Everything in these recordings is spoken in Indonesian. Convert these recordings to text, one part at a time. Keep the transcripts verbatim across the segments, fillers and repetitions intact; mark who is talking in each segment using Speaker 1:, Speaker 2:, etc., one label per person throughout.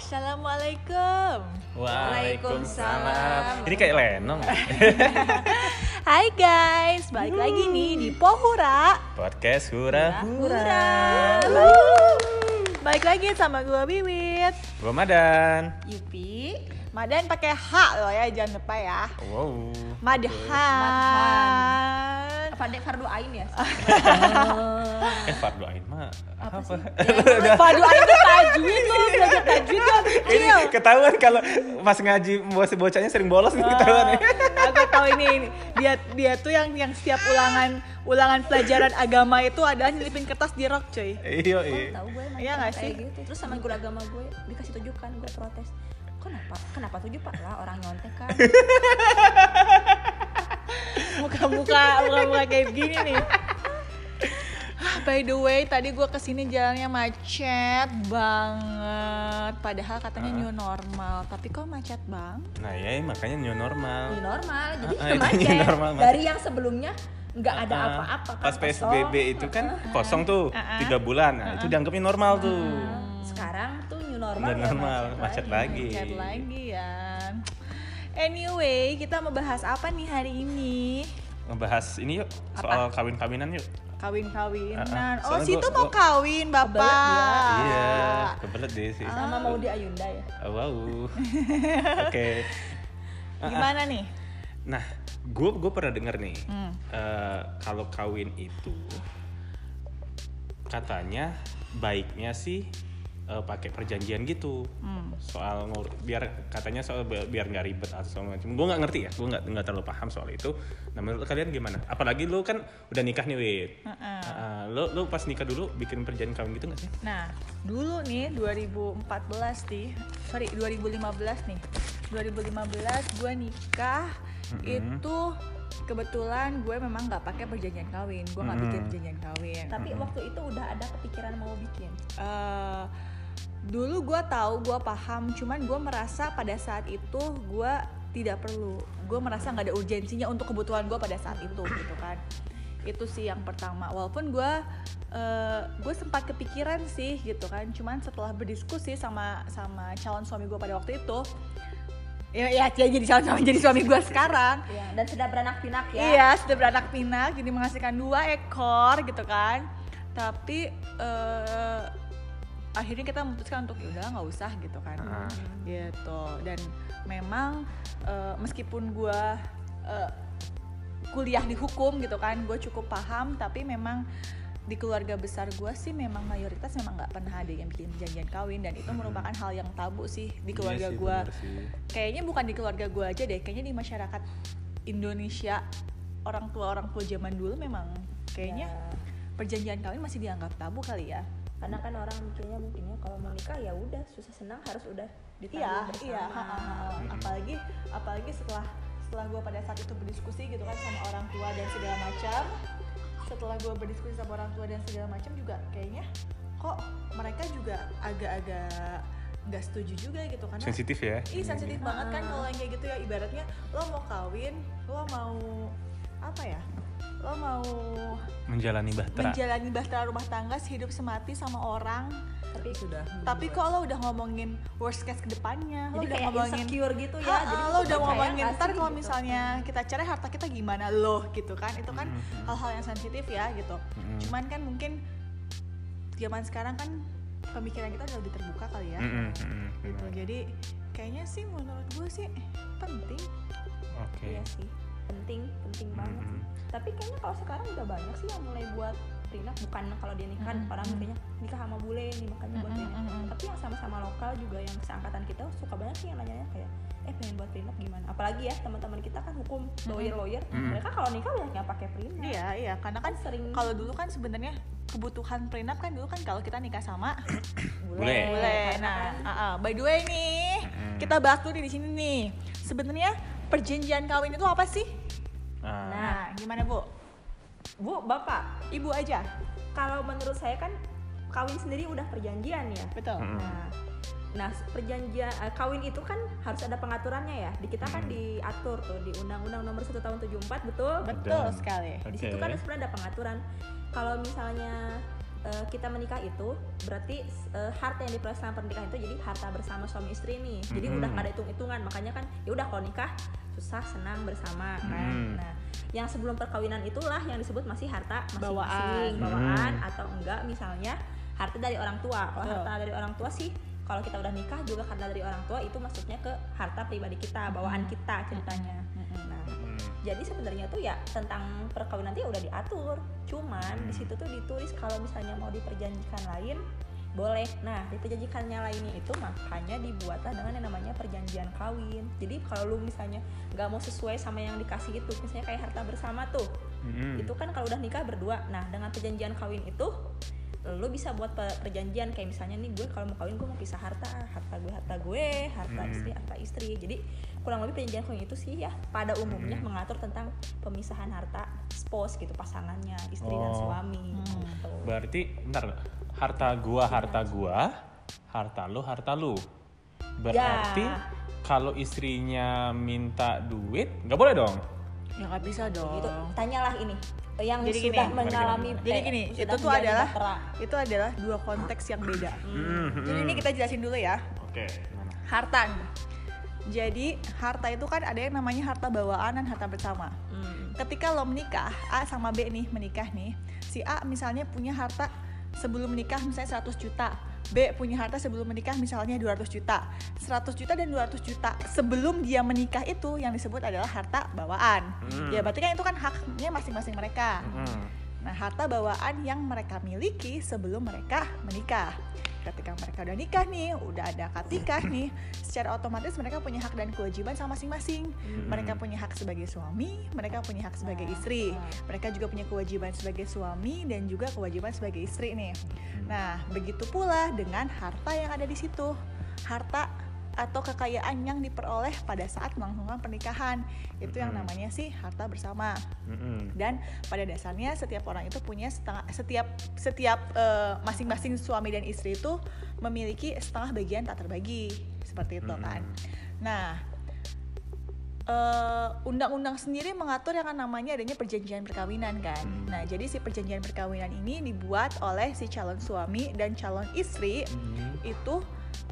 Speaker 1: Assalamualaikum.
Speaker 2: Waalaikumsalam. Ini kayak Lenong.
Speaker 1: Hai guys, balik uh. lagi nih di Pohura
Speaker 2: Podcast Hura
Speaker 1: Hura. Balik, balik lagi sama gue Wiwit,
Speaker 2: gue Madan,
Speaker 1: Yupi. Madan pakai H loh ya, jangan lupa ya.
Speaker 2: Wow.
Speaker 1: Madhan.
Speaker 3: Madhan. Apa dek fardu ain ya?
Speaker 2: eh fardu ain mah apa? apa?
Speaker 1: Ya, fardu ain itu tajwid loh, belajar tajwid kan
Speaker 2: Ini ketahuan kalau pas ngaji bocahnya sering bolos nih, ketahuan ya.
Speaker 1: Aku tahu ini, ini. Dia dia tuh yang yang setiap ulangan ulangan pelajaran agama itu adalah nyelipin kertas di rok, cuy.
Speaker 2: Iya, iya.
Speaker 3: Oh, tahu gue emang
Speaker 1: iya nggak sih?
Speaker 3: gitu. Terus sama guru agama gue dikasih tujukan, gue protes. Kenapa? Kenapa tujuh pak lah orang nyontek kan?
Speaker 1: Muka-muka, muka-muka kayak gini nih. By the way, tadi gue kesini jalannya macet banget. Padahal katanya uh. new normal, tapi kok macet bang?
Speaker 2: Nah ya, makanya new normal.
Speaker 3: New normal, jadi
Speaker 2: uh,
Speaker 3: macet.
Speaker 2: New normal,
Speaker 3: dari yang sebelumnya nggak ada uh, apa-apa. Kan
Speaker 2: pas P S B B itu kan kosong tuh tiga uh, uh. bulan, nah uh, uh. itu dianggapnya normal tuh.
Speaker 3: Uh, sekarang tuh new normal.
Speaker 2: Udah normal, macet, macet lagi.
Speaker 1: Macet lagi ya. Anyway, kita mau bahas apa nih hari ini?
Speaker 2: Ngebahas ini yuk, soal apa? Kawin-kawinan yuk.
Speaker 1: Kawin-kawinan.
Speaker 2: Uh, uh.
Speaker 1: Oh, situ
Speaker 2: gua,
Speaker 1: mau
Speaker 2: gua...
Speaker 1: kawin, Bapak.
Speaker 2: Kebelet iya, kebelet deh sih.
Speaker 3: Sama mau di Ayunda ya.
Speaker 2: Oh, wow. Oke. Okay.
Speaker 1: Gimana nih?
Speaker 2: Nah, gue gue pernah dengar nih, hmm. uh, kalau kawin itu katanya baiknya sih uh, pakai perjanjian gitu, hmm. soal ngur, biar katanya soal biar nggak ribet atau segala macam. Gue nggak ngerti ya, gue nggak nggak terlalu paham soal itu. Nah menurut kalian gimana? Apalagi lu kan udah nikah nih, Wit. Uh-uh. Uh, lu lu pas nikah dulu bikin perjanjian kawin gitu nggak sih?
Speaker 1: Nah dulu nih dua ribu empat belas nih, sorry dua ribu lima belas nih, dua ribu lima belas gue nikah. Mm-hmm. Itu kebetulan gue memang nggak pakai perjanjian kawin, gue nggak mm-hmm. bikin perjanjian kawin.
Speaker 3: Tapi mm-hmm. waktu itu udah ada kepikiran mau bikin.
Speaker 1: Uh, dulu gue tahu, gue paham, cuman gue merasa pada saat itu gue tidak perlu. Gue merasa nggak ada urgensinya untuk kebutuhan gue pada saat itu, gitu kan. Itu sih yang pertama. Walaupun gue uh, gue sempat kepikiran sih, gitu kan. Cuman setelah berdiskusi sama sama calon suami gue pada waktu itu. Ya, ya jadi calon jadi suami gue sekarang.
Speaker 3: Ya, dan sudah beranak pinak ya.
Speaker 1: Iya, sudah beranak pinak, jadi menghasilkan dua ekor gitu kan. Tapi uh, akhirnya kita memutuskan untuk ya udah nggak usah gitu kan. Uh-huh. Gitu. Dan memang uh, meskipun gue uh, kuliah di hukum gitu kan, gue cukup paham, tapi memang di keluarga besar gue sih memang mayoritas memang nggak pernah ada yang bikin perjanjian kawin, dan itu hmm. merupakan hal yang tabu sih di keluarga gue. Kayaknya bukan di keluarga gue aja deh, kayaknya di masyarakat Indonesia orang tua orang tua zaman dulu memang kayaknya ya. Perjanjian kawin masih dianggap tabu kali ya.
Speaker 3: Karena kan orang mikirnya mungkin ya kalau mau nikah ya udah susah senang harus udah ditanggung bersama.
Speaker 1: Iya, iya. Apalagi apalagi setelah setelah gue pada saat itu berdiskusi gitu kan sama orang tua dan segala macam. Setelah gue berdiskusi sama orang tua dan segala macam juga kayaknya kok mereka juga agak-agak nggak setuju juga gitu, karena
Speaker 2: sensitif ya.
Speaker 1: Ih sensitif hmm. banget kan kalau yang kayak gitu ya, ibaratnya lo mau kawin, lo mau apa ya? Lo mau
Speaker 2: menjalani bahtera.
Speaker 1: Menjalani bahtera rumah tangga sehidup semati sama orang.
Speaker 3: Tapi sudah.
Speaker 1: Tapi kok lo udah ngomongin worst case kedepannya, lo
Speaker 3: jadi
Speaker 1: udah
Speaker 3: kayak
Speaker 1: ngomongin
Speaker 3: insecure gitu ya.
Speaker 1: Ha, jadi lo udah ngomongin ntar kalau
Speaker 3: gitu.
Speaker 1: misalnya kita cerai harta kita gimana lo gitu kan, itu kan mm-hmm. hal-hal yang sensitif ya gitu. Mm-hmm. Cuman kan mungkin zaman sekarang kan pemikiran kita udah lebih terbuka kali ya. Mm-hmm. Gitu. Jadi kayaknya sih menurut gue sih penting.
Speaker 2: Oke. Okay.
Speaker 3: Iya sih, penting, penting banget. Mm-hmm. Tapi kayaknya kalau sekarang udah banyak sih yang mulai buat prenup, bukan kalau dia nikah mm-hmm. orang mikirnya nikah sama bule nih makanya buat prenup. Mm-hmm. Tapi yang sama-sama lokal juga yang seangkatan kita suka banyak sih yang nanya kayak eh pengen buat prenup gimana. Apalagi ya teman-teman kita kan hukum lawyer-lawyer, mm-hmm. mereka kalau nikah banyaknya pakai prenup.
Speaker 1: Iya iya, karena kan sering kalau dulu kan sebenarnya kebutuhan prenup kan dulu kan kalau kita nikah sama
Speaker 2: bule.
Speaker 1: Bule. Nah, uh-uh. by the way nih, mm-hmm. kita bahas dulu di sini nih. Sebenarnya perjanjian kawin itu apa sih?
Speaker 2: Uh.
Speaker 1: Nah, gimana Bu?
Speaker 3: Bu, Bapak,
Speaker 1: Ibu aja.
Speaker 3: Kalau menurut saya kan kawin sendiri udah perjanjian ya.
Speaker 1: Betul.
Speaker 2: Hmm.
Speaker 3: Nah, nah perjanjian uh, kawin itu kan harus ada pengaturannya ya. Di kita kan hmm. diatur tuh di Undang-Undang Nomor satu Tahun tujuh puluh empat, betul?
Speaker 1: Betul sekali.
Speaker 3: Okay. Di situ kan sebenarnya ada pengaturan. Kalau misalnya uh, kita menikah itu berarti uh, harta yang diperoleh selama pernikahan itu jadi harta bersama suami istri nih. Jadi mm-hmm. udah gak ada hitung-hitungan, makanya kan ya udah kalau nikah susah senang bersama kan. Mm. Nah, yang sebelum perkawinan itulah yang disebut masih harta masing-masing, bawaan, bawaan mm. atau enggak misalnya harta dari orang tua. Kalau oh. harta dari orang tua sih kalau kita udah nikah juga karena dari orang tua itu maksudnya ke harta pribadi kita, bawaan kita ceritanya. Nah, jadi sebenarnya tuh ya tentang perkawinan nanti udah diatur. Cuman di situ tuh ditulis kalau misalnya mau diperjanjikan lain boleh. Nah, diperjanjikannya lainnya itu makanya dibuatlah dengan yang namanya perjanjian kawin. Jadi kalau lu misalnya nggak mau sesuai sama yang dikasih itu, misalnya kayak harta bersama tuh, mm-hmm. itu kan kalau udah nikah berdua. Nah, dengan perjanjian kawin itu lu bisa buat perjanjian kayak misalnya nih gue kalau mau kawin gue mau pisah harta, harta gue harta gue, harta hmm. istri harta istri. Jadi kurang lebih perjanjian kawin itu sih ya pada umumnya hmm. mengatur tentang pemisahan harta spouse gitu, pasangannya istri oh. dan suami. Hmm. Gitu.
Speaker 2: Berarti bentar, harta gua harta gua, harta lu harta lu. Berarti ya. Kalau istrinya minta duit nggak boleh dong?
Speaker 1: Ya nggak bisa dong. Gitu.
Speaker 3: Tanyalah ini. Yang
Speaker 1: jadi
Speaker 3: sudah
Speaker 1: gini,
Speaker 3: mengalami
Speaker 1: jadi eh, gini itu tuh adalah batera. Itu adalah dua konteks yang beda. hmm. Jadi ini kita jelasin dulu ya.
Speaker 2: Oke. Okay.
Speaker 1: Harta. Jadi harta itu kan ada yang namanya harta bawaan dan harta bersama. hmm. Ketika lo menikah, A sama B nih menikah nih, si A misalnya punya harta sebelum menikah misalnya seratus juta, B punya harta sebelum menikah misalnya dua ratus juta. seratus juta dan dua ratus juta sebelum dia menikah itu yang disebut adalah harta bawaan. Hmm. Ya berarti kan itu kan haknya masing-masing mereka. Hmm. Nah, harta bawaan yang mereka miliki sebelum mereka menikah. Ketika mereka udah nikah nih, udah ada akad nikah nih, secara otomatis mereka punya hak dan kewajiban sama masing-masing. Hmm. Mereka punya hak sebagai suami, mereka punya hak sebagai istri. Mereka juga punya kewajiban sebagai suami dan juga kewajiban sebagai istri nih. Nah, begitu pula dengan harta yang ada di situ. Harta atau kekayaan yang diperoleh pada saat melangsungkan pernikahan. Itu yang namanya sih harta bersama. Mm-hmm. Dan pada dasarnya setiap orang itu punya setengah, setiap setiap uh, masing-masing suami dan istri itu memiliki setengah bagian tak terbagi. Seperti itu mm-hmm. kan. Nah, uh, undang-undang sendiri mengatur yang namanya adanya perjanjian perkawinan kan. Mm-hmm. Nah, jadi si perjanjian perkawinan ini dibuat oleh si calon suami dan calon istri mm-hmm. itu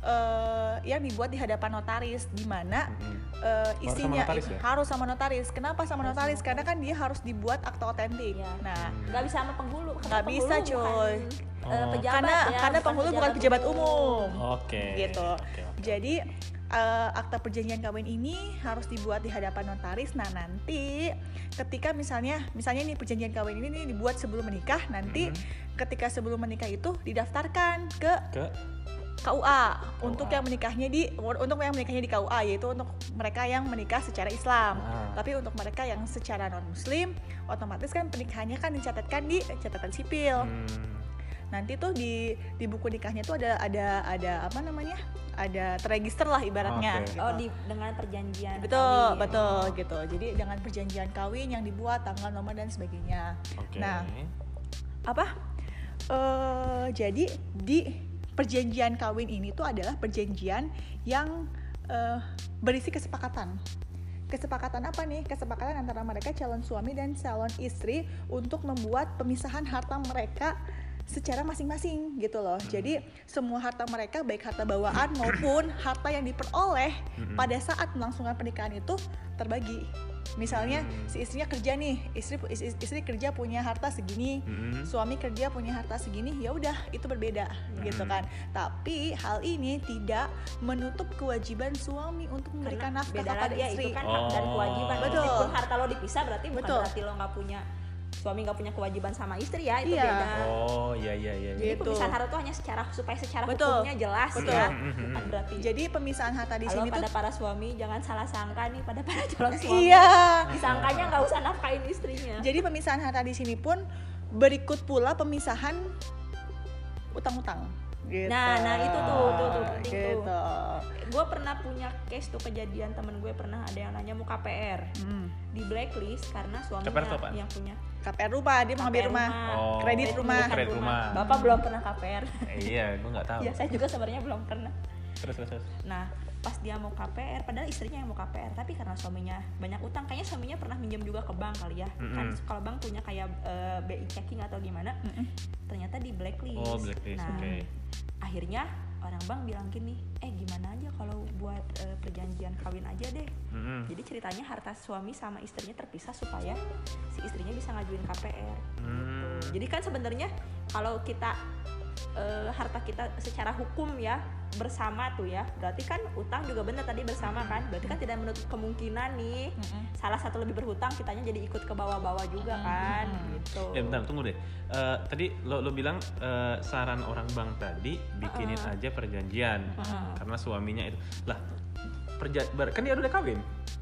Speaker 1: Uh, yang dibuat di hadapan notaris, di mana uh, isinya harus sama, ya? harus sama notaris. Kenapa sama harus notaris? Sama Karena kan dia harus dibuat akte otentik. Ya. Nah,
Speaker 3: nggak bisa sama penghulu.
Speaker 1: Nggak bisa, cuy.
Speaker 3: Bukan,
Speaker 1: oh.
Speaker 3: uh, pejabat,
Speaker 1: karena
Speaker 3: ya,
Speaker 1: karena penghulu bukan pejabat umum. umum.
Speaker 2: Oke. Okay.
Speaker 1: Gitu. Okay, okay. Jadi uh, akta perjanjian kawin ini harus dibuat di hadapan notaris. Nah, nanti ketika misalnya misalnya nih perjanjian kawin ini nih dibuat sebelum menikah, nanti mm-hmm. ketika sebelum menikah itu didaftarkan ke, ke? K U A K U A untuk yang menikahnya di untuk yang menikahnya di K U A, yaitu untuk mereka yang menikah secara Islam. Ah. Tapi untuk mereka yang secara non Muslim, otomatis kan pernikahannya kan dicatatkan di catatan sipil. Hmm. Nanti tuh di di buku nikahnya tuh ada ada ada apa namanya? Ada terregister lah ibaratnya.
Speaker 3: Okay.
Speaker 1: Gitu.
Speaker 3: Oh, di dengan perjanjian.
Speaker 1: Betul, kawin. betul oh. gitu. Jadi dengan perjanjian kawin yang dibuat tanggal, nomor dan sebagainya.
Speaker 2: Okay.
Speaker 1: Nah, apa? Uh, jadi di perjanjian kawin ini tuh adalah perjanjian yang uh, berisi kesepakatan. Kesepakatan apa nih? Kesepakatan antara mereka calon suami dan calon istri untuk membuat pemisahan harta mereka secara masing-masing gitu loh. Jadi semua harta mereka baik harta bawaan maupun harta yang diperoleh pada saat melangsungkan pernikahan itu terbagi. Misalnya hmm. si istrinya kerja nih, istri, istri istri kerja punya harta segini, hmm. suami kerja punya harta segini, ya udah itu berbeda hmm. gitu kan. Tapi hal ini tidak menutup kewajiban suami untuk memberikan nafkah kepada
Speaker 3: ya,
Speaker 1: istri.
Speaker 3: Itu kan hak dan kewajiban.
Speaker 1: Betul.
Speaker 3: Meskipun harta lo dipisah berarti bukan
Speaker 1: Betul.
Speaker 3: berarti lo nggak punya suami nggak punya kewajiban sama istri ya, itu
Speaker 1: iya.
Speaker 3: beda.
Speaker 2: Oh iya iya iya.
Speaker 3: Jadi
Speaker 1: gitu.
Speaker 3: pemisahan harta itu hanya secara supaya secara
Speaker 1: Betul.
Speaker 3: hukumnya jelas
Speaker 1: Betul.
Speaker 3: ya, bukan berarti.
Speaker 1: Jadi pemisahan harta di
Speaker 3: Halo,
Speaker 1: sini
Speaker 3: pada
Speaker 1: tuh
Speaker 3: para suami jangan salah sangka nih pada para calon suami.
Speaker 1: Iya.
Speaker 3: Disangkanya nggak usah nafkahin istrinya.
Speaker 1: Jadi pemisahan harta di sini pun berikut pula pemisahan utang-utang. Gitu.
Speaker 3: Nah, nah itu tuh, tuh, tuh penting
Speaker 1: gitu.
Speaker 3: tuh. Gue pernah punya case tuh kejadian temen gue pernah ada yang nanya mau K P R, hmm. di blacklist karena suaminya yang punya
Speaker 1: K P R rumah, dia mau ngambil rumah,
Speaker 2: oh,
Speaker 1: kredit rumah.
Speaker 2: Kredit rumah.
Speaker 3: Bapak belum pernah K P R.
Speaker 2: Eh, iya, gue nggak tahu.
Speaker 3: Ya saya juga sebenarnya belum pernah.
Speaker 2: Terus terus. terus.
Speaker 3: Nah, pas dia mau K P R, padahal istrinya yang mau K P R, tapi karena suaminya banyak utang, kayaknya suaminya pernah minjem juga ke bank kali ya. Mm-hmm. Kan kalau bank punya kayak uh, B I checking atau gimana, mm-hmm. ternyata di blacklist.
Speaker 2: Oh, blacklist.
Speaker 3: Nah,
Speaker 2: okay.
Speaker 3: akhirnya orang bank bilang gini, eh gimana aja kalau buat uh, perjanjian kawin aja deh. Mm-hmm. Jadi ceritanya harta suami sama istrinya terpisah supaya si istrinya bisa ngajuin K P R. Mm. Gitu. Jadi kan sebenarnya kalau kita uh, harta kita secara hukum ya bersama tuh ya, berarti kan utang juga benar tadi bersama kan, berarti kan tidak menutup kemungkinan nih mm-hmm. salah satu lebih berhutang kitanya jadi ikut ke bawah-bawah juga kan, mm-hmm. gitu.
Speaker 2: Ya bentar, tunggu deh. Uh, tadi lo lo bilang uh, saran orang bank tadi bikinin uh-uh. aja perjanjian uh-uh. karena suaminya itu lah perja- ber- kan dia udah kawin.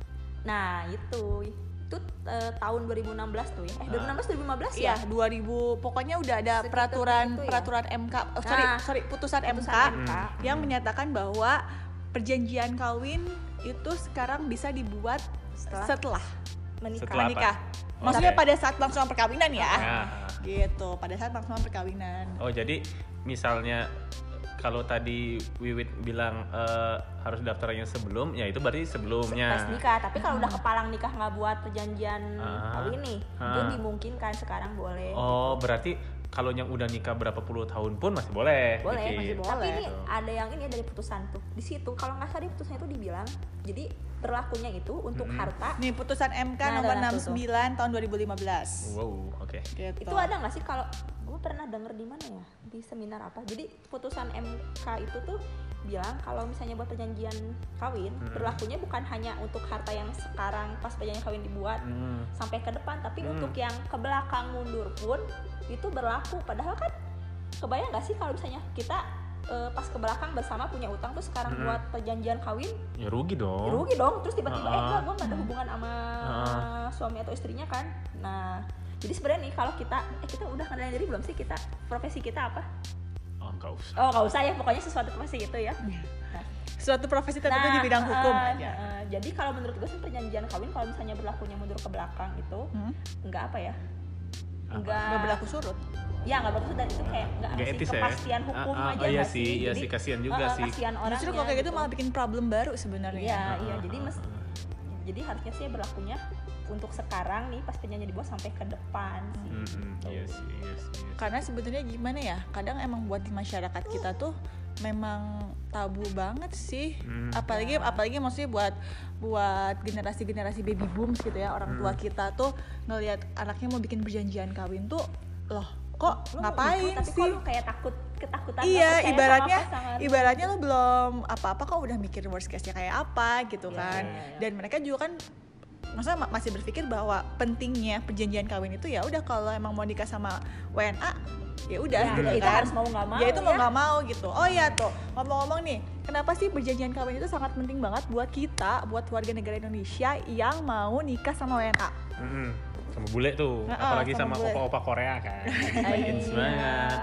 Speaker 3: Nah itu itu uh, tahun dua ribu enam belas tuh ya, eh dua ribu enam belas dua ribu lima belas ya?
Speaker 1: Iya, dua ribu pokoknya udah ada sekitar peraturan ya? peraturan M K, oh, sorry nah, sorry putusan, putusan M K, M K hmm. yang menyatakan bahwa perjanjian kawin itu sekarang bisa dibuat setelah, setelah menikah.
Speaker 2: Setelah
Speaker 1: menikah. Maksudnya okay. pada saat pelaksanaan perkawinan ya, ya. Gitu, pada saat pelaksanaan perkawinan.
Speaker 2: Oh jadi misalnya kalau tadi Wiwit bilang uh, harus daftarnya sebelum, ya itu berarti sebelumnya.
Speaker 3: Pas nikah, tapi kalau hmm. udah kepalang nikah nggak buat perjanjian uh, kawin nih, uh. itu dimungkinkan sekarang boleh.
Speaker 2: Oh, gitu. Berarti kalau yang udah nikah berapa puluh tahun pun masih boleh.
Speaker 3: Boleh,
Speaker 2: bikin.
Speaker 3: masih boleh. Tapi ini ada yang ini dari putusan tuh. Di situ kalau nggak salah di putusan itu dibilang, jadi berlakunya itu untuk hmm. harta.
Speaker 1: Nih putusan M K nah, nomor enam puluh sembilan tahun dua ribu lima belas.
Speaker 2: Wow, oke. Okay.
Speaker 3: Gitu. Itu ada nggak sih kalau gue pernah denger di mana ya, di seminar apa, jadi putusan M K itu tuh bilang kalau misalnya buat perjanjian kawin hmm. berlakunya bukan hanya untuk harta yang sekarang pas perjanjian kawin dibuat hmm. sampai ke depan, tapi hmm. untuk yang ke belakang mundur pun itu berlaku. Padahal kan kebayang gak sih kalau misalnya kita uh, pas ke belakang bersama punya utang tuh sekarang hmm. buat perjanjian kawin,
Speaker 2: ya rugi dong.
Speaker 3: Ya rugi dong, terus tiba-tiba uh-uh. eh enggak, gue gak ada hubungan sama uh-uh. suami atau istrinya kan. Nah jadi sebenarnya nih kalau kita, eh kita udah kenalin diri belum sih, kita profesi kita apa?
Speaker 2: Oh nggak usah.
Speaker 3: Oh nggak usah ya, pokoknya sesuatu profesi itu ya.
Speaker 1: Nah, suatu profesi tertentu nah, di bidang hukum uh, aja.
Speaker 3: Uh, jadi kalau menurut gue sih perjanjian kawin kalau misalnya berlakunya mundur ke belakang itu hmm? nggak apa ya? Nggak
Speaker 1: nggak berlaku surut.
Speaker 3: Ya nggak berlaku, dan itu kayak nggak ngasih kepastian ya? hukum
Speaker 2: uh, uh,
Speaker 3: aja
Speaker 2: oh, iya
Speaker 3: nggak
Speaker 2: sih? Iya sih, kasihan juga uh, sih.
Speaker 3: Kasihan orangnya.
Speaker 1: Justru kalau kayak gitu, gitu malah bikin problem baru sebenarnya.
Speaker 3: Iya uh, iya, jadi mes, jadi harusnya sih berlakunya untuk sekarang nih pas perjanjian dibuat sampai ke depan sih.
Speaker 2: Mm-hmm. Yes, yes, yes.
Speaker 1: Karena sebenarnya gimana ya, kadang emang buat di masyarakat kita tuh memang tabu banget sih. Mm. Apalagi apalagi maksudnya buat buat generasi-generasi baby booms gitu ya, orang tua mm. kita tuh ngelihat anaknya mau bikin perjanjian kawin tuh, loh kok lu ngapain ikut, tapi sih?
Speaker 3: Kok lu kayak takut ketakutan.
Speaker 1: Iya, ibaratnya ibaratnya lu belum apa-apa kok udah mikirin worst case-nya kayak apa gitu yeah, kan. Yeah, yeah. Dan mereka juga kan maksudnya masih berpikir bahwa pentingnya perjanjian kawin itu ya udah kalau emang mau nikah sama W N A ya udah
Speaker 3: ya,
Speaker 1: gitu
Speaker 3: ya,
Speaker 1: kan.
Speaker 3: Harus mau nggak mau.
Speaker 1: Ya itu
Speaker 3: ya.
Speaker 1: mau nggak mau gitu. Oh iya tuh ngomong-ngomong nih, kenapa sih perjanjian kawin itu sangat penting banget buat kita, buat warga negara Indonesia yang mau nikah sama W N A?
Speaker 2: Mm-hmm. Sama bule tuh, nah, apalagi sama, sama opa-opa Korea kan. Makin semangat.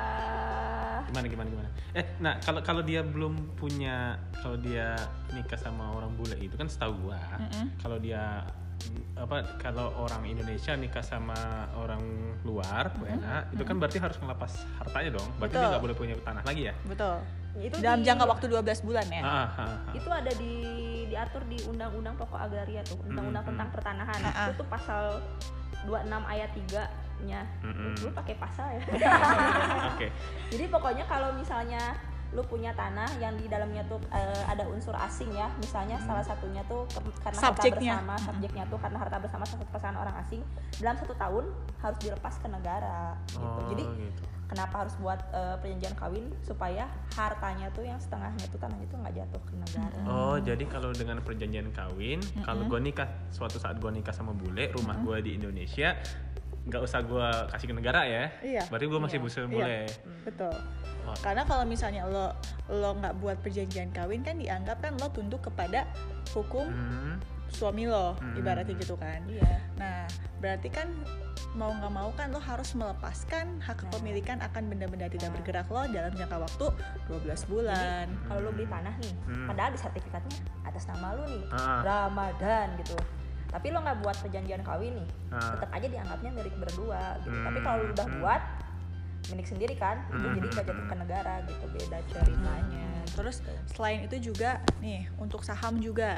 Speaker 2: Gimana gimana gimana? Eh, nah kalau kalau dia belum punya, kalau dia nikah sama orang bule itu kan setahu gua, mm-hmm. kalau dia apa kalau orang Indonesia nikah sama orang luar W N A mm-hmm. itu kan berarti harus ngelepas hartanya dong. Berarti Betul. Dia nggak boleh punya tanah lagi ya?
Speaker 1: Betul. Itu dalam di, jangka waktu dua belas bulan ya.
Speaker 2: Ah, ah, ah.
Speaker 3: Itu ada di diatur di Undang-Undang Pokok Agraria tuh, Undang-Undang mm-hmm. tentang Pertanahan. Ah, ah. Itu tuh pasal dua puluh enam ayat tiga-nya. Mm-hmm. Lu pakai pasal ya. Oke.
Speaker 2: Okay.
Speaker 3: Jadi pokoknya kalau misalnya lu punya tanah yang di dalamnya tuh uh, ada unsur asing ya, misalnya hmm. salah satunya tuh ke, karena
Speaker 1: subjeknya.
Speaker 3: harta bersama, subjeknya tuh karena harta bersama satu pasangan orang asing, dalam satu tahun harus dilepas ke negara gitu.
Speaker 2: Oh,
Speaker 3: Jadi
Speaker 2: gitu.
Speaker 3: Kenapa harus buat uh, perjanjian kawin supaya hartanya tuh yang setengahnya tuh tanahnya tuh nggak jatuh ke negara.
Speaker 2: Oh, jadi kalau dengan perjanjian kawin, mm-hmm. kalau gue nikah suatu saat gue nikah sama bule, rumah mm-hmm. gue di Indonesia, nggak usah gue kasih ke negara ya.
Speaker 1: Iya.
Speaker 2: Berarti gue masih
Speaker 1: iya.
Speaker 2: bisa
Speaker 1: iya.
Speaker 2: boleh.
Speaker 1: Betul. Oh. Karena kalau misalnya lo lo nggak buat perjanjian kawin kan dianggap kan lo tunduk kepada hukum hmm. suami lo, hmm. ibaratnya gitu kan.
Speaker 3: Iya.
Speaker 1: Nah berarti kan mau nggak mau kan lo harus melepaskan hak kepemilikan akan benda-benda tidak bergerak lo dalam jangka waktu dua belas bulan.
Speaker 3: Jadi, kalau lo beli tanah nih, hmm. padahal di sertifikatnya atas nama lo nih,
Speaker 2: ah.
Speaker 3: Ramadan gitu. Tapi lo nggak buat perjanjian kawin nih, ah. tetap aja dianggapnya milik berdua gitu. Hmm. Tapi kalau lo udah hmm. buat, milik sendiri kan, itu
Speaker 2: Hmm.
Speaker 3: jadi nggak jatuh ke negara gitu, beda ceritanya.
Speaker 1: Terus selain itu juga nih untuk saham juga.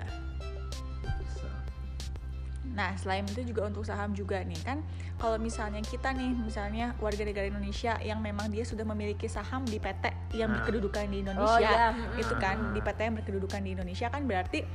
Speaker 1: Nah, selain itu juga untuk saham juga nih kan, kalau misalnya kita nih, misalnya warga negara Indonesia yang memang dia sudah memiliki saham di P T yang
Speaker 2: Nah.
Speaker 1: berkedudukan di Indonesia,
Speaker 3: Oh, iya.
Speaker 1: itu kan di P T yang berkedudukan di Indonesia kan berarti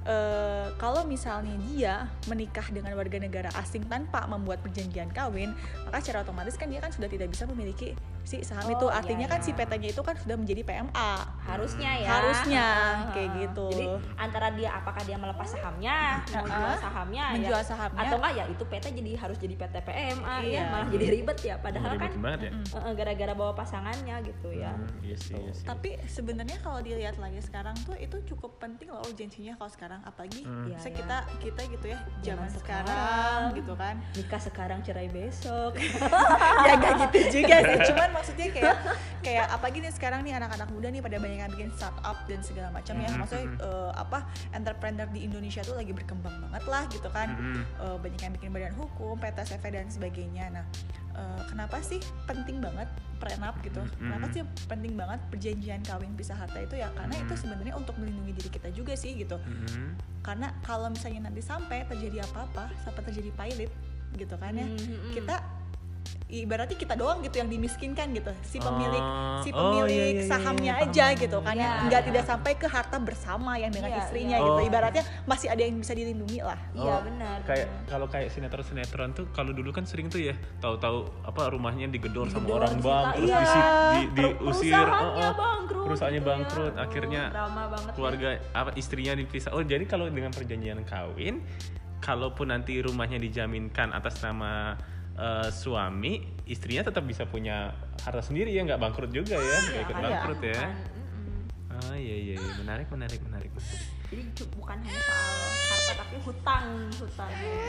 Speaker 1: eh, kalau misalnya dia menikah dengan warga negara asing tanpa membuat perjanjian kawin, maka secara otomatis kan dia kan sudah tidak bisa memiliki si saham
Speaker 3: Oh,
Speaker 1: itu.
Speaker 3: iya,
Speaker 1: Artinya kan
Speaker 3: iya.
Speaker 1: si P T-nya itu kan sudah menjadi P M A.
Speaker 3: Harusnya ya.
Speaker 1: Harusnya,
Speaker 3: Heeh.
Speaker 1: kayak gitu.
Speaker 3: Jadi antara dia apakah dia melepas sahamnya, mau
Speaker 1: Heeh.
Speaker 3: jual sahamnya,
Speaker 1: Menjual
Speaker 3: ya,
Speaker 1: sahamnya.
Speaker 3: atau enggak ya itu P T jadi harus jadi P T P M A
Speaker 1: Iya.
Speaker 3: ya, malah jadi ribet ya. Padahal kan
Speaker 2: Ribet banget ya.
Speaker 3: heeh, gara-gara bawa pasangannya gitu ya.
Speaker 2: Hmm, iya sih, iya sih.
Speaker 1: Tapi sebenarnya kalau dilihat lagi sekarang tuh itu cukup penting loh urgensinya kalau sekarang, apalagi
Speaker 2: Hmm.
Speaker 3: Iya,
Speaker 1: se-
Speaker 3: iya.
Speaker 1: kita kita gitu ya zaman
Speaker 3: Zaman
Speaker 1: sekarang,
Speaker 3: sekarang.
Speaker 1: gitu kan.
Speaker 3: Nikah sekarang cerai besok.
Speaker 1: Ya gak gitu juga sih, cuman maksudnya kayak kayak apa gini sekarang nih anak-anak muda nih pada banyak yang bikin startup dan segala macam ya.
Speaker 2: Mhm,
Speaker 1: Maksudnya
Speaker 2: mhm.
Speaker 1: eh, apa entrepreneur di Indonesia tuh lagi berkembang banget lah gitu kan.
Speaker 2: Mhm.
Speaker 1: Eh, banyak yang bikin badan hukum, P T S V dan sebagainya. Nah, eh, kenapa sih penting banget prenup gitu?
Speaker 2: Mhm.
Speaker 1: Kenapa sih penting banget perjanjian kawin pisah harta itu ya? Karena itu
Speaker 2: Mhm.
Speaker 1: sebenarnya untuk melindungi diri kita juga sih gitu.
Speaker 2: Mhm.
Speaker 1: Karena kalau misalnya nanti sampai terjadi apa-apa, sampai terjadi pilot gitu kan ya,
Speaker 3: Mhm.
Speaker 1: kita ibaratnya kita doang gitu yang dimiskinkan gitu, si pemilik
Speaker 2: Oh,
Speaker 1: si
Speaker 2: oh,
Speaker 1: pemilik
Speaker 2: iya, iya, iya,
Speaker 1: sahamnya
Speaker 2: iya,
Speaker 1: aja
Speaker 2: paham.
Speaker 1: gitu kan ya,
Speaker 3: Iya,
Speaker 1: nggak
Speaker 3: iya.
Speaker 1: tidak sampai ke harta bersama yang dengan
Speaker 3: Iya,
Speaker 1: istrinya
Speaker 3: iya.
Speaker 1: gitu,
Speaker 2: Oh.
Speaker 1: ibaratnya masih ada yang bisa dilindungi lah.
Speaker 3: Iya
Speaker 2: Oh,
Speaker 3: benar.
Speaker 2: Kayak
Speaker 3: benar.
Speaker 2: kalau kayak sinetron-sinetron tuh kalau dulu kan sering tuh ya tahu-tahu apa rumahnya digedor sama
Speaker 3: Digedor,
Speaker 2: orang
Speaker 3: disita.
Speaker 2: bang terus
Speaker 1: Iya.
Speaker 2: disi- di, diusir,
Speaker 3: Perusahaannya
Speaker 2: oh, oh.
Speaker 3: bangkrut.
Speaker 2: perusahaannya
Speaker 3: gitu ya.
Speaker 2: bangkrut,
Speaker 3: Oh,
Speaker 2: akhirnya
Speaker 3: drama banget ya.
Speaker 2: keluarga apa istrinya dipisah. Oh jadi kalau dengan perjanjian kawin, kalaupun nanti rumahnya dijaminkan atas nama eh, suami, istrinya tetap bisa punya harta sendiri ya, nggak bangkrut juga ya, nggak ikut
Speaker 3: kan,
Speaker 2: bangkrut ya.
Speaker 3: kan. Mm-mm.
Speaker 2: Oh iya iya, iya. menarik menarik menarik.
Speaker 3: Jadi cu- bukan hanya soal harta tapi hutang, hutang.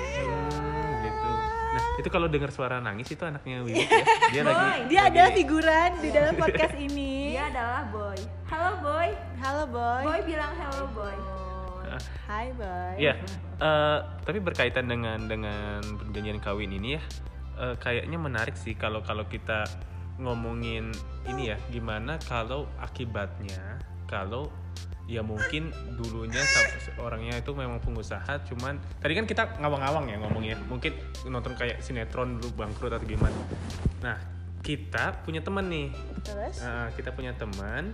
Speaker 2: Hmm, gitu. Nah itu kalau dengar suara nangis itu anaknya Wiwit ya. Dia
Speaker 3: Boy.
Speaker 2: lagi.
Speaker 1: Dia
Speaker 2: lagi-
Speaker 1: ada figuran di dalam podcast ini.
Speaker 3: Dia adalah Boy. Halo Boy.
Speaker 1: Halo boy.
Speaker 3: Boy bilang hello Boy.
Speaker 2: Ah,
Speaker 1: Hai boy.
Speaker 2: Iya. eh, tapi berkaitan dengan dengan perjanjian kawin ini ya, eh, kayaknya menarik sih kalau kalau kita ngomongin ini ya, gimana kalau akibatnya kalau ya mungkin dulunya sa- orangnya itu memang pengusaha, cuman tadi kan kita ngawang-ngawang ya ngomongnya, mungkin nonton kayak sinetron dulu bangkrut atau gimana. Nah kita punya teman nih,
Speaker 1: Terus?
Speaker 2: Nah, kita punya teman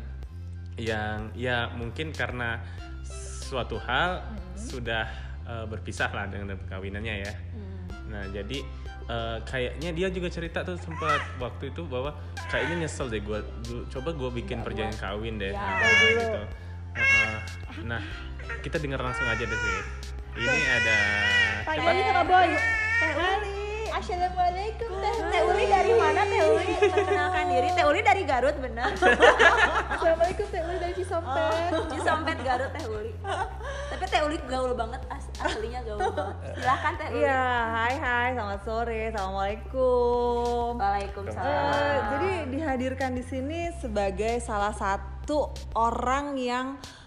Speaker 2: yang ya mungkin karena suatu hal sudah eh, berpisah lah dengan perkawinannya ya. Nah jadi eh, kayaknya dia juga cerita tuh sempat waktu itu bahwa kayaknya nyesel deh gue, coba gue bikin perjanjian kawin deh.
Speaker 3: Ya,
Speaker 2: Nah, gitu. Heeh. Nah kita dengar langsung aja deh sih. Ini ada
Speaker 1: Panggilnya sama boy.
Speaker 3: Teh Uli.
Speaker 1: Assalamualaikum teh.
Speaker 3: Teh Uli dari mana Teh Uli? Perkenalkan diri. Teh Uli dari Garut benar.
Speaker 1: Assalamualaikum teh Uli dari Cisompet.
Speaker 3: Di Sompet Garut Teh Uli. Tapi Teh Uli gaul banget, as- aslinya gaul banget. Silahkan Teh Uli.
Speaker 4: Iya, hai hai, selamat sore, assalamualaikum.
Speaker 3: Waalaikumsalam.
Speaker 4: Eh, jadi dihadirkan di sini sebagai salah satu orang yang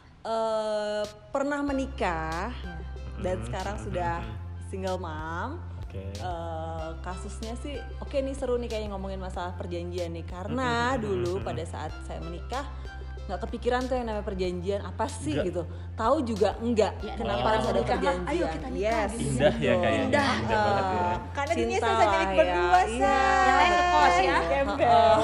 Speaker 4: eh, pernah menikah dan sekarang sudah single mom.
Speaker 2: Oke.
Speaker 4: Eh, kasusnya sih, oke nih seru nih kayaknya ngomongin masalah perjanjian nih, karena dulu pada saat saya menikah nggak kepikiran tuh yang namanya perjanjian apa sih
Speaker 2: Enggak.
Speaker 4: gitu, tahu juga enggak
Speaker 3: Ya,
Speaker 4: kenapa
Speaker 3: oh.
Speaker 4: harus ada
Speaker 3: Nikah,
Speaker 4: perjanjian.
Speaker 3: ayo kita nikah
Speaker 4: Yes,
Speaker 3: gitu.
Speaker 2: Indah ya kayaknya.
Speaker 4: Indah.
Speaker 2: Indah banget ya.
Speaker 4: Eh,
Speaker 1: Karena dunia
Speaker 4: cinta
Speaker 1: selesai milik
Speaker 4: lah
Speaker 1: berdua,
Speaker 4: ya.
Speaker 1: Say.
Speaker 4: Iya.
Speaker 3: Yang lain ngekos ya.
Speaker 1: Gembel.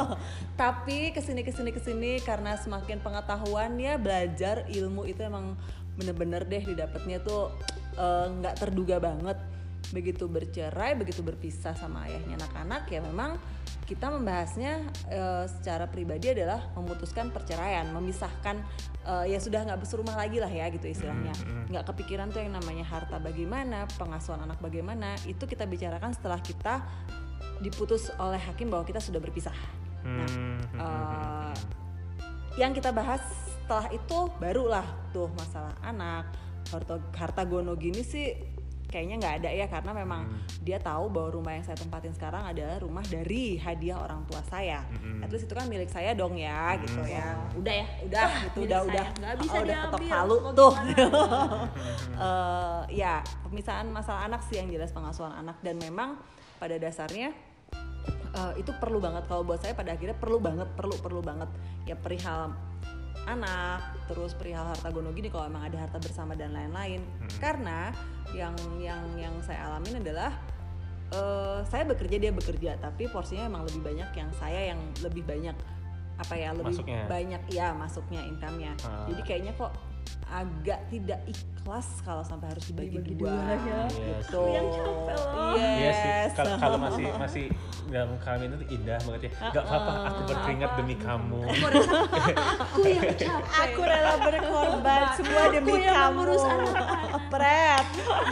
Speaker 4: Tapi kesini kesini kesini karena semakin pengetahuan ya, belajar ilmu itu emang bener-bener deh didapatnya tuh eh, nggak terduga banget. Begitu bercerai, begitu berpisah sama ayahnya anak-anak, ya memang kita membahasnya eh, secara pribadi adalah memutuskan perceraian, memisahkan, eh, ya sudah nggak berserumah lagi lah ya gitu istilahnya. Nggak kepikiran tuh yang namanya harta bagaimana, pengasuhan anak bagaimana, itu kita bicarakan setelah kita diputus oleh hakim bahwa kita sudah berpisah. Nah,
Speaker 2: Hmm.
Speaker 4: eh, yang kita bahas setelah itu barulah tuh masalah anak, harta, harta gono gini sih kayaknya nggak ada ya, karena memang dia tahu bahwa rumah yang saya tempatin sekarang adalah rumah dari hadiah orang tua saya. At least itu kan milik saya dong ya, gitu ya.
Speaker 3: Udah ya.
Speaker 4: Udah gitu,
Speaker 3: milik
Speaker 4: udah
Speaker 3: saya.
Speaker 4: udah
Speaker 3: Nggak bisa
Speaker 4: oh, udah ketok
Speaker 3: diambil.
Speaker 4: palu
Speaker 3: Mau
Speaker 4: tuh.
Speaker 3: gimana?
Speaker 4: Eh, ya pemisahan masalah anak sih yang jelas, pengasuhan anak, dan memang pada dasarnya uh, itu perlu banget kalau buat saya pada akhirnya perlu banget perlu perlu banget ya perihal anak, terus perihal harta gono gini kalau emang ada harta bersama dan lain-lain. Hmm. Karena yang yang yang saya alamin adalah uh, saya bekerja dia bekerja, tapi porsinya emang lebih banyak yang saya yang lebih banyak apa ya lebih
Speaker 2: masuknya.
Speaker 4: banyak ya masuknya income-nya. Ah. Jadi kayaknya kok agak tidak ikhlas kalau sampai harus dibagi
Speaker 1: dibagi
Speaker 4: dua,
Speaker 1: dua ya.
Speaker 4: gitu.
Speaker 3: Yang capek loh.
Speaker 4: Yes.
Speaker 2: Iya sih. Kalau kalau masih masih dalam kawin itu indah banget ya. Gak apa-apa, aku berkeringat demi kamu.
Speaker 3: Aku yang capek.
Speaker 1: Aku rela berkorban semua demi
Speaker 3: Aku yang
Speaker 1: kamu.
Speaker 3: mengurus anak-anak.
Speaker 1: Pret.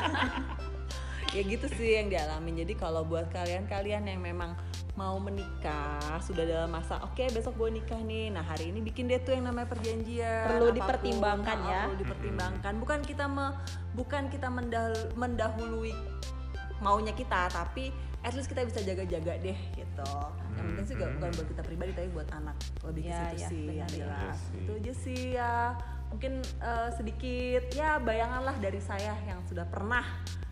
Speaker 4: Ya gitu sih yang dialamin. Jadi kalau buat kalian-kalian yang memang mau menikah sudah dalam masa oke okay, besok gue nikah nih, nah hari ini bikin deh tuh yang namanya perjanjian.
Speaker 3: Perlu
Speaker 4: apapun,
Speaker 3: dipertimbangkan
Speaker 4: nah,
Speaker 3: ya.
Speaker 4: Perlu dipertimbangkan. Bukan kita me, bukan kita mendahul, mendahului maunya kita, tapi at least kita bisa jaga-jaga deh gitu. Yang penting sih bukan buat kita pribadi tapi buat anak, lebih ke
Speaker 3: Ya,
Speaker 4: situ
Speaker 3: ya,
Speaker 4: sih
Speaker 3: benar,
Speaker 4: yang
Speaker 3: ya.
Speaker 4: jelas.
Speaker 2: Iya sih.
Speaker 4: Itu aja sih ya. Mungkin uh, sedikit ya bayangan lah dari saya yang sudah pernah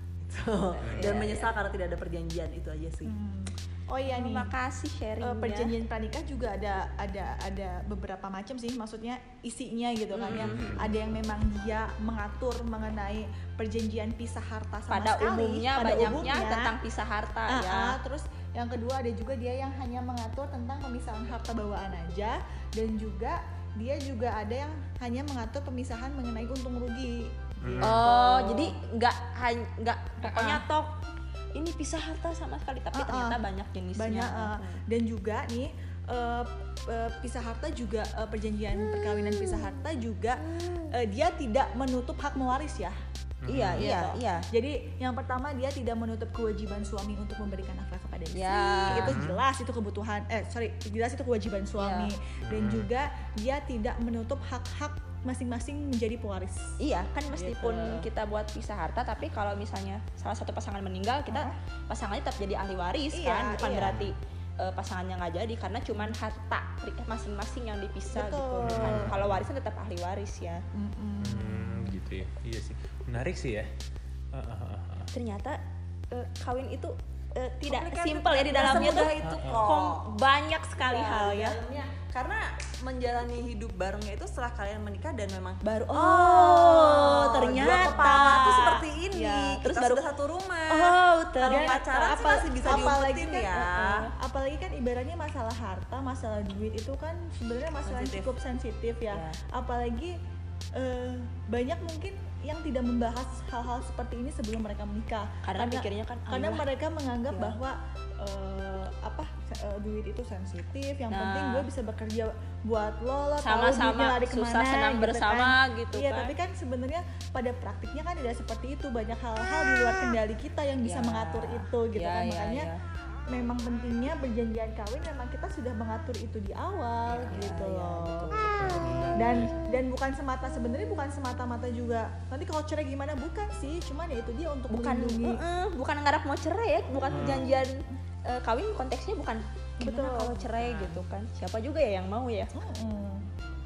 Speaker 4: gitu. Dan
Speaker 3: Ya,
Speaker 4: menyesal karena tidak ada perjanjian, itu aja sih.
Speaker 1: Hmm. Oh iya nih.
Speaker 3: Terima kasih sharingnya.
Speaker 1: Uh, perjanjian pranikah juga ada ada ada beberapa macam sih, maksudnya isinya gitu kan ya. Ada yang memang dia mengatur mengenai perjanjian pisah harta sama
Speaker 3: pada
Speaker 1: sekali.
Speaker 3: umumnya
Speaker 1: pada
Speaker 3: banyaknya
Speaker 1: umumnya.
Speaker 3: tentang pisah harta
Speaker 1: Uh,
Speaker 3: ya.
Speaker 1: uh, terus yang kedua ada juga dia yang hanya mengatur tentang pemisahan harta bawaan aja, dan juga dia juga ada yang hanya mengatur pemisahan mengenai untung rugi. Gitu.
Speaker 3: Oh, jadi nggak hanya nggak pokoknya
Speaker 1: Uh-uh.
Speaker 3: tok ini pisah harta sama sekali, tapi
Speaker 1: Uh-uh.
Speaker 3: ternyata banyak jenisnya.
Speaker 1: Banyak uh, dan juga nih uh, uh, pisah harta juga uh, perjanjian perkawinan pisah harta juga uh, dia tidak menutup hak mewaris ya.
Speaker 3: Iya, iya,
Speaker 1: Gitu.
Speaker 3: iya.
Speaker 1: Jadi yang pertama dia tidak menutup kewajiban suami untuk memberikan nafkah kepada istri.
Speaker 3: Ya.
Speaker 1: Itu jelas itu kebutuhan eh sorry jelas itu kewajiban suami. Dan juga dia tidak menutup hak-hak masing-masing menjadi pewaris.
Speaker 3: Iya, kan meskipun
Speaker 1: Gitu.
Speaker 3: kita buat pisah harta, tapi kalau misalnya salah satu pasangan meninggal, kita
Speaker 1: Uh-huh.
Speaker 3: pasangannya tetap jadi ahli waris
Speaker 1: Iya,
Speaker 3: kan, bukan
Speaker 1: iya.
Speaker 3: berarti uh, pasangannya nggak jadi karena cuman harta masing-masing yang dipisah
Speaker 1: Betul.
Speaker 3: gitu. Bukan, kalau warisan tetap ahli waris ya.
Speaker 1: Mm-mm.
Speaker 2: Hmm, gitu ya. Iya sih. Menarik sih ya. Uh, uh, uh, uh.
Speaker 3: Ternyata uh, kawin itu uh, tidak
Speaker 4: Complicated,
Speaker 3: simpel ya di
Speaker 4: nggak
Speaker 3: dalamnya tuh.
Speaker 4: semudah itu kok.
Speaker 3: kom- banyak sekali
Speaker 4: Ya,
Speaker 3: hal
Speaker 4: di
Speaker 3: ya.
Speaker 4: dalamnya. Karena menjalani hidup barengnya itu setelah kalian menikah dan memang
Speaker 3: Baru oh,
Speaker 4: dua
Speaker 3: ternyata
Speaker 4: kepala tuh seperti ini.
Speaker 3: Ya, terus
Speaker 4: Kita
Speaker 3: baru
Speaker 4: sudah satu rumah.
Speaker 3: oh,
Speaker 4: Kalau
Speaker 3: ternyata
Speaker 4: pacaran sih masih bisa
Speaker 1: apalagi
Speaker 4: diumpetin
Speaker 1: kan,
Speaker 4: ya.
Speaker 1: uh, apalagi kan ibaratnya masalah harta, masalah duit itu kan sebenarnya masalah yang
Speaker 4: Sensitif.
Speaker 1: cukup sensitif ya.
Speaker 3: Ya.
Speaker 1: Apalagi uh, banyak mungkin yang tidak membahas hal-hal seperti ini sebelum mereka menikah.
Speaker 3: Karena pikirnya kan,
Speaker 1: karena
Speaker 3: ayolah.
Speaker 1: mereka menganggap
Speaker 3: Ya.
Speaker 1: bahwa uh, apa uh, duit itu sensitif. Yang
Speaker 3: Nah.
Speaker 1: penting gue bisa bekerja buat lo, lo tahu
Speaker 3: Sama-sama
Speaker 1: duitnya lari
Speaker 3: susah
Speaker 1: kemana,
Speaker 3: senang
Speaker 1: gitu
Speaker 3: bersama
Speaker 1: kan.
Speaker 3: gitu
Speaker 1: Iya,
Speaker 3: kan.
Speaker 1: tapi kan sebenarnya pada praktiknya kan tidak seperti itu. Banyak hal-hal di luar kendali kita yang bisa
Speaker 3: Ya.
Speaker 1: mengatur itu gitu
Speaker 3: Ya,
Speaker 1: kan.
Speaker 3: ya,
Speaker 1: Makanya
Speaker 3: ya.
Speaker 1: memang pentingnya perjanjian kawin memang kita sudah mengatur itu di awal gitu
Speaker 3: ya,
Speaker 1: loh.
Speaker 3: betul, betul, betul.
Speaker 1: Dan dan bukan semata sebenarnya bukan semata-mata juga nanti kalau cerai gimana, bukan sih, cuman ya itu dia untuk
Speaker 3: bukan
Speaker 1: melindungi.
Speaker 3: uh-uh, bukan ngarap mau cerai ya, bukan perjanjian uh, kawin konteksnya bukan gimana
Speaker 1: Betul.
Speaker 3: kalau cerai gitu kan, siapa juga ya yang mau ya.
Speaker 1: Mm-mm.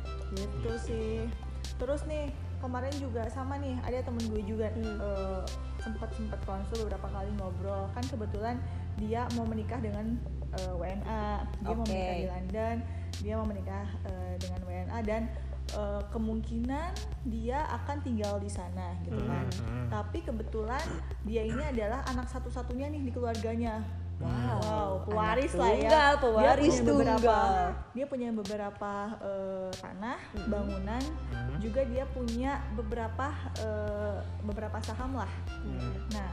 Speaker 1: Gitu sih. Terus nih kemarin juga sama nih ada temen gue juga
Speaker 3: Hmm.
Speaker 1: eh, sempat sempat konsul beberapa kali ngobrol, kan kebetulan dia mau menikah dengan eh, W N A, dia mau
Speaker 3: Oke.
Speaker 1: menikah di London, dia mau menikah eh, dengan W N A dan eh, kemungkinan dia akan tinggal di sana gitu kan.
Speaker 2: Hmm.
Speaker 1: Tapi kebetulan dia ini adalah anak satu-satunya nih di keluarganya. Wow, pewaris
Speaker 3: Anak
Speaker 1: lah ya.
Speaker 3: tunggal, pewaris
Speaker 1: dia punya beberapa,
Speaker 3: tunggal.
Speaker 1: dia punya beberapa eh, tanah,
Speaker 3: Mm-mm.
Speaker 1: bangunan,
Speaker 2: Hmm.
Speaker 1: juga dia punya beberapa eh, beberapa saham lah.
Speaker 2: Hmm.
Speaker 1: Nah,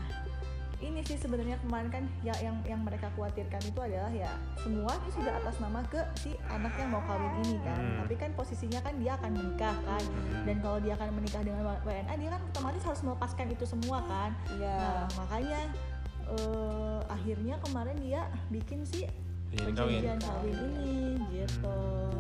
Speaker 1: ini sih sebenarnya kemarin kan ya, yang yang mereka khawatirkan itu adalah ya semua itu sudah atas nama ke si anak yang mau kawin ini kan.
Speaker 2: Hmm.
Speaker 1: Tapi kan posisinya kan dia akan menikah kan.
Speaker 2: Hmm.
Speaker 1: Dan kalau dia akan menikah dengan W N A dia kan otomatis harus melepaskan itu semua kan.
Speaker 3: Iya.
Speaker 1: Nah, makanya eh, akhirnya kemarin dia bikin sih
Speaker 2: Perjanjian kawin.
Speaker 1: perjanjian kawin ini gitu.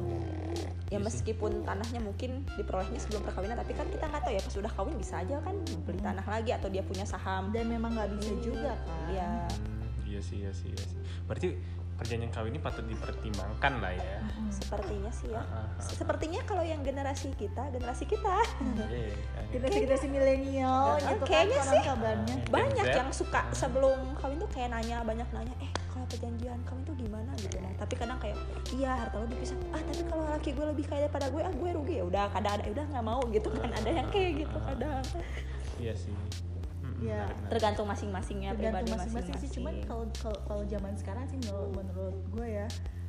Speaker 3: Ya
Speaker 2: Iya sih.
Speaker 3: meskipun tanahnya mungkin diperolehnya sebelum perkawinan, tapi kan kita nggak tahu ya pas udah kawin bisa aja kan beli tanah lagi atau dia punya saham.
Speaker 1: Dan memang nggak bisa juga kan.
Speaker 3: Iya.
Speaker 2: Hmm, iya sih, iya sih, iya sih. Berarti perjanjian kawin ini patut dipertimbangkan lah ya.
Speaker 3: Sepertinya sih ya.
Speaker 2: Ah, ah, ah.
Speaker 3: Sepertinya kalau yang generasi kita, generasi kita
Speaker 2: Iya, kan.
Speaker 1: Kita kita si milenial
Speaker 3: Kayaknya
Speaker 1: gitu kan
Speaker 3: kayaknya
Speaker 1: konon
Speaker 3: sih.
Speaker 1: kabarnya.
Speaker 3: banyak
Speaker 2: Gen Z.
Speaker 3: yang suka sebelum kawin tuh kayak nanya, banyak nanya, eh kalau perjanjian kamu tuh gimana gitu nah tapi kadang kayak iya harta lo dipisah ah tapi kalau laki gue lebih kaya daripada gue ah gue rugi ya udah kadang ada udah nggak mau gitu kan ada yang kayak gitu kadang
Speaker 2: Iya sih.
Speaker 1: Ya,
Speaker 3: tergantung masing-masingnya pribadi
Speaker 1: tergantung masing-masing
Speaker 3: masing-masing
Speaker 1: sih. Cuman kalau kalau kalau zaman sekarang sih menurut menurut gue ya,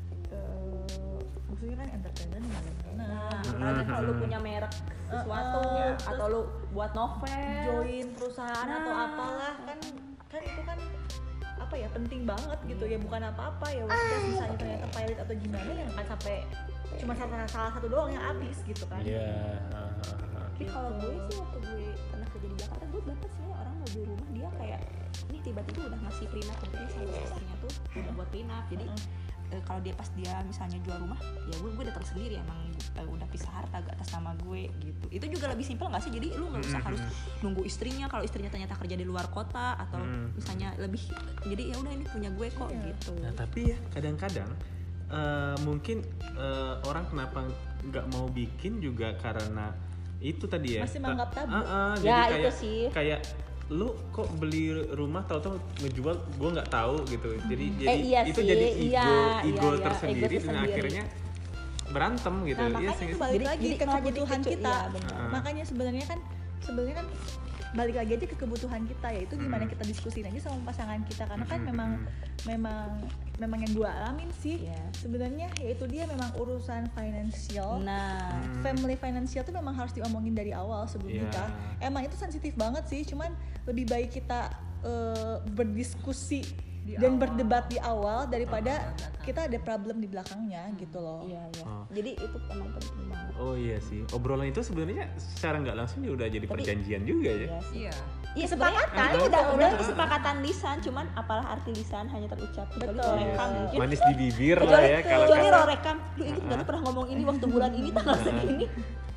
Speaker 1: uh, maksudnya kan entertainment mana-mana.
Speaker 3: nah apalagi kalau lu punya merek sesuatu
Speaker 1: Uh, uh,
Speaker 3: atau lu buat novel
Speaker 1: join perusahaan
Speaker 3: Nah.
Speaker 1: atau apalah kan kan itu kan apa ya penting banget gitu ya bukan apa-apa ya maksudnya misalnya ternyata pilot atau gimana yang akan sampai cuma salah, salah satu doang yang habis gitu kan.
Speaker 2: Iya.
Speaker 3: tapi kalau gue sih waktu gue pernah kerja di Jakarta gue dapat sih orang mau beli rumah dia kayak ini tiba-tiba udah ngasih prenup tentunya sama istrinya tuh udah buat prenup jadi e, kalau dia pas dia misalnya jual rumah ya gue gue datang sendiri emang e, udah pisah harta gak atas nama gue gitu itu juga lebih simpel nggak sih jadi lu nggak usah harus nunggu istrinya kalau istrinya ternyata kerja di luar kota atau misalnya lebih jadi ya udah ini punya gue kok gitu.
Speaker 2: Nah tapi ya kadang-kadang uh, mungkin uh, orang kenapa nggak mau bikin juga karena itu tadi ya
Speaker 1: Masih menganggap tabu.
Speaker 2: Uh, uh,
Speaker 3: Ya,
Speaker 2: jadi
Speaker 3: itu
Speaker 2: kayak
Speaker 3: sih.
Speaker 2: kayak lu kok beli rumah tahu-tahu ngejual gue nggak tahu gitu jadi jadi
Speaker 3: Eh, iya
Speaker 2: itu
Speaker 3: sih.
Speaker 2: jadi ego
Speaker 3: Iya,
Speaker 2: ego
Speaker 3: iya, iya.
Speaker 2: tersendiri
Speaker 3: Ego
Speaker 2: dan
Speaker 3: tersendiri.
Speaker 2: akhirnya berantem gitu.
Speaker 1: Nah,
Speaker 2: Iya
Speaker 1: makanya
Speaker 2: sih.
Speaker 1: itu balik
Speaker 3: Jadi-
Speaker 1: lagi
Speaker 3: jadi
Speaker 1: ke
Speaker 3: malah jadi
Speaker 1: kebutuhan
Speaker 3: kecu-
Speaker 1: kita.
Speaker 3: iya, benar.
Speaker 2: Uh-uh.
Speaker 1: Makanya sebenarnya kan sebenarnya kan balik lagi aja ke kebutuhan kita yaitu gimana kita diskusin aja sama pasangan kita karena kan memang memang memang yang gua alamin sih
Speaker 3: Iya.
Speaker 1: sebenarnya yaitu dia memang urusan finansial.
Speaker 3: Nah
Speaker 1: Family financial tuh memang harus diomongin dari awal sebelum
Speaker 2: Iya.
Speaker 1: nikah. Emang itu sensitif banget sih, cuman lebih baik kita eh, berdiskusi
Speaker 4: Di
Speaker 1: dan
Speaker 4: awal.
Speaker 1: berdebat di awal daripada kita ada problem di belakangnya gitu loh.
Speaker 3: iya iya
Speaker 2: Oh.
Speaker 3: jadi itu emang penting banget.
Speaker 2: Oh iya sih obrolan itu sebenarnya secara nggak langsung juga udah jadi
Speaker 3: Tapi-
Speaker 2: perjanjian juga ya.
Speaker 3: Iya sih.
Speaker 4: Iya.
Speaker 3: Iya sebenarnya
Speaker 1: Kesepakatan,
Speaker 3: itu udah
Speaker 1: betul.
Speaker 3: udah kesepakatan lisan, cuman apalah arti lisan hanya terucap kecuali
Speaker 1: Betul.
Speaker 3: kalau rekam mungkin.
Speaker 2: Manis di bibir lah
Speaker 3: Kecuali
Speaker 2: ya kalau
Speaker 3: kecuali
Speaker 2: kata.
Speaker 3: lo rekam, lu inget nggak lu pernah ngomong ini waktu bulan ini tanggal segini.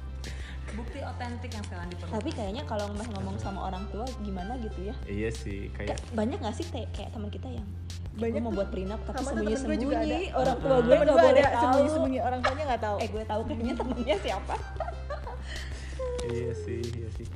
Speaker 4: Bukti otentik yang sekarang diperlukan.
Speaker 3: Tapi kayaknya kalau mas ngomong sama orang tua gimana gitu ya?
Speaker 2: Iya sih kayak
Speaker 3: Kayak banyak nggak sih kayak, kayak teman kita yang
Speaker 1: Banyak
Speaker 3: gue mau
Speaker 1: tuh.
Speaker 3: buat prenup tapi
Speaker 1: Sama tuh
Speaker 3: sembunyi
Speaker 1: temen gue juga
Speaker 3: sembunyi
Speaker 1: ada.
Speaker 3: orang tua gue
Speaker 1: Temen
Speaker 3: nggak
Speaker 1: gue
Speaker 3: boleh
Speaker 1: ada
Speaker 3: tahu.
Speaker 1: sembunyi-sembunyi orang tuanya nggak tahu.
Speaker 3: Eh gue tahu kayaknya temennya siapa?
Speaker 2: iya sih iya sih.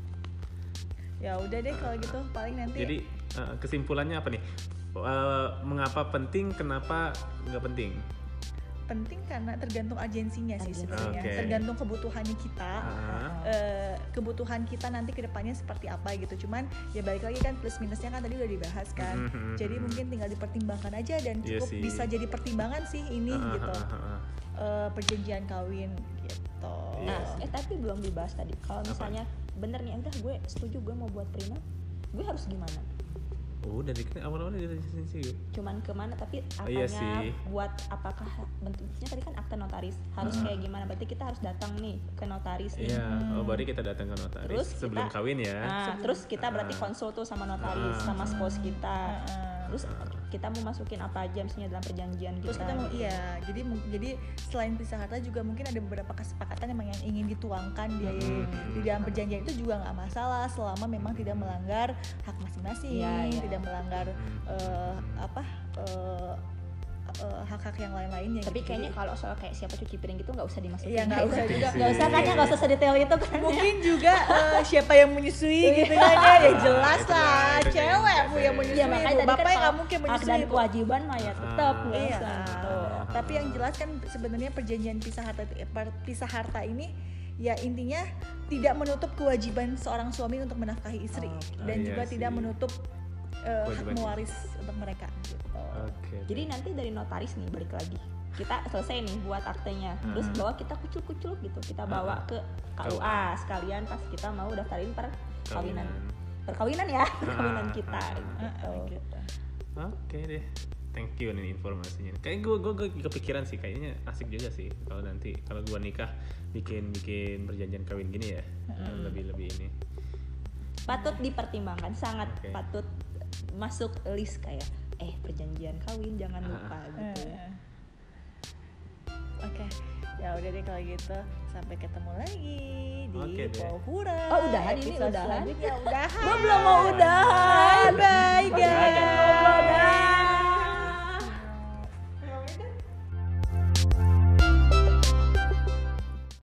Speaker 1: Ya udah deh kalau gitu paling nanti
Speaker 2: Jadi uh, kesimpulannya apa nih? Uh, mengapa penting? Kenapa nggak penting?
Speaker 1: penting karena tergantung agensinya sih
Speaker 3: Agensi.
Speaker 1: sebenarnya.
Speaker 2: Oke.
Speaker 1: Tergantung kebutuhannya kita.
Speaker 2: Ah,
Speaker 1: eh, kebutuhan kita nanti kedepannya seperti apa gitu. Cuman ya balik lagi kan plus minusnya kan tadi udah dibahas kan.
Speaker 2: Mhm.
Speaker 1: Jadi mungkin tinggal dipertimbangkan aja dan
Speaker 2: Iya
Speaker 1: cukup
Speaker 2: sih.
Speaker 1: bisa jadi pertimbangan sih ini
Speaker 2: ah,
Speaker 1: gitu.
Speaker 2: ah, ah, ah.
Speaker 1: Eh, perjanjian kawin gitu.
Speaker 2: Iya.
Speaker 3: Nah, eh tapi belum dibahas tadi. Kalau misalnya bener nih, udah gue setuju gue mau buat prenup, gue harus gimana?
Speaker 2: Oh, dari awal-awal dari sini sih.
Speaker 3: Cuman kemana? Tapi
Speaker 2: Oh, iya
Speaker 3: apanya
Speaker 2: sih.
Speaker 3: buat apakah bentuknya tadi kan akte notaris harus kayak gimana? Berarti kita harus datang nih ke notaris nih.
Speaker 2: Iya, oh berarti kita datang ke notaris
Speaker 3: Terus
Speaker 2: sebelum
Speaker 3: kita-
Speaker 2: kawin ya.
Speaker 3: Nah, terus kita berarti konsul tuh sama notaris,
Speaker 2: Ah.
Speaker 3: sama spouse kita.
Speaker 1: Heeh.
Speaker 3: Terus kita mau masukin apa aja misalnya dalam perjanjian kita.
Speaker 1: Terus kita mau iya, jadi mu- jadi selain pisah harta juga mungkin ada beberapa kesepakatan memang yang ingin dituangkan di di dalam perjanjian itu juga nggak masalah selama memang tidak melanggar hak masing-masing,
Speaker 3: Iya, iya.
Speaker 1: tidak melanggar eh, apa eh, eh, hak-hak yang lain-lainnya.
Speaker 3: Tapi
Speaker 1: gitu.
Speaker 3: kayaknya
Speaker 1: Jadi,
Speaker 3: kalau soal kayak siapa cuci piring gitu nggak usah dimasukin.
Speaker 1: Iya, nggak usah juga.
Speaker 3: Nggak usah kan ya, nggak usah sedetail itu kan. ya.
Speaker 1: mungkin juga eh, siapa yang menyusui gitu kan ya, ya jelas
Speaker 2: Itu
Speaker 1: lah,
Speaker 2: lah, itu
Speaker 1: cewek
Speaker 2: kan.
Speaker 1: bu yang menyusui,
Speaker 3: Iya makanya
Speaker 1: Bu.
Speaker 3: tadi
Speaker 1: bapak
Speaker 3: kan
Speaker 1: yang nggak
Speaker 3: kalau
Speaker 1: mungkin
Speaker 3: hak
Speaker 1: menyusui
Speaker 3: dan
Speaker 1: Bu.
Speaker 3: kewajiban mah ya tetap
Speaker 2: Ah.
Speaker 3: nggak
Speaker 1: Iya,
Speaker 3: usah gitu.
Speaker 1: tapi yang jelas kan sebenarnya perjanjian pisah harta pisah harta ini ya intinya tidak menutup kewajiban seorang suami untuk menafkahi istri
Speaker 3: Oh,
Speaker 1: dan
Speaker 2: iya
Speaker 1: juga
Speaker 2: sih.
Speaker 1: tidak menutup eh, hak
Speaker 2: Kewajiban
Speaker 1: mewaris untuk mereka. Gitu.
Speaker 2: Oke.
Speaker 3: Jadi nanti dari notaris nih balik lagi. Kita selesai nih buat aktenya. Terus
Speaker 2: Hmm.
Speaker 3: bawa kita kucul-kucul gitu. Kita bawa
Speaker 2: Ah.
Speaker 3: ke K U A sekalian pas kita mau daftarin perkawinan.
Speaker 2: Kawinan.
Speaker 3: Perkawinan ya, perkawinan
Speaker 2: Ah,
Speaker 3: kita
Speaker 2: ah,
Speaker 3: gitu.
Speaker 1: Gitu.
Speaker 2: Oke deh. Thank you nih informasinya. Kayak gue gue kepikiran sih kayaknya asik juga sih kalau nanti kalau gue nikah bikin bikin perjanjian kawin gini ya. Lebih lebih ini.
Speaker 3: Patut dipertimbangkan, sangat
Speaker 2: Oke.
Speaker 3: patut masuk list kayak eh perjanjian kawin jangan lupa gitu.
Speaker 1: Eh, Oke, ya udah deh kalau gitu sampai ketemu lagi di
Speaker 2: Oke deh.
Speaker 1: Pohura.
Speaker 3: Oh, udahan ini,
Speaker 1: episode
Speaker 3: udahan?
Speaker 1: selanjutnya, udahan.
Speaker 3: Gue belum mau udahan.
Speaker 1: Bye bye guys.
Speaker 2: Dadah.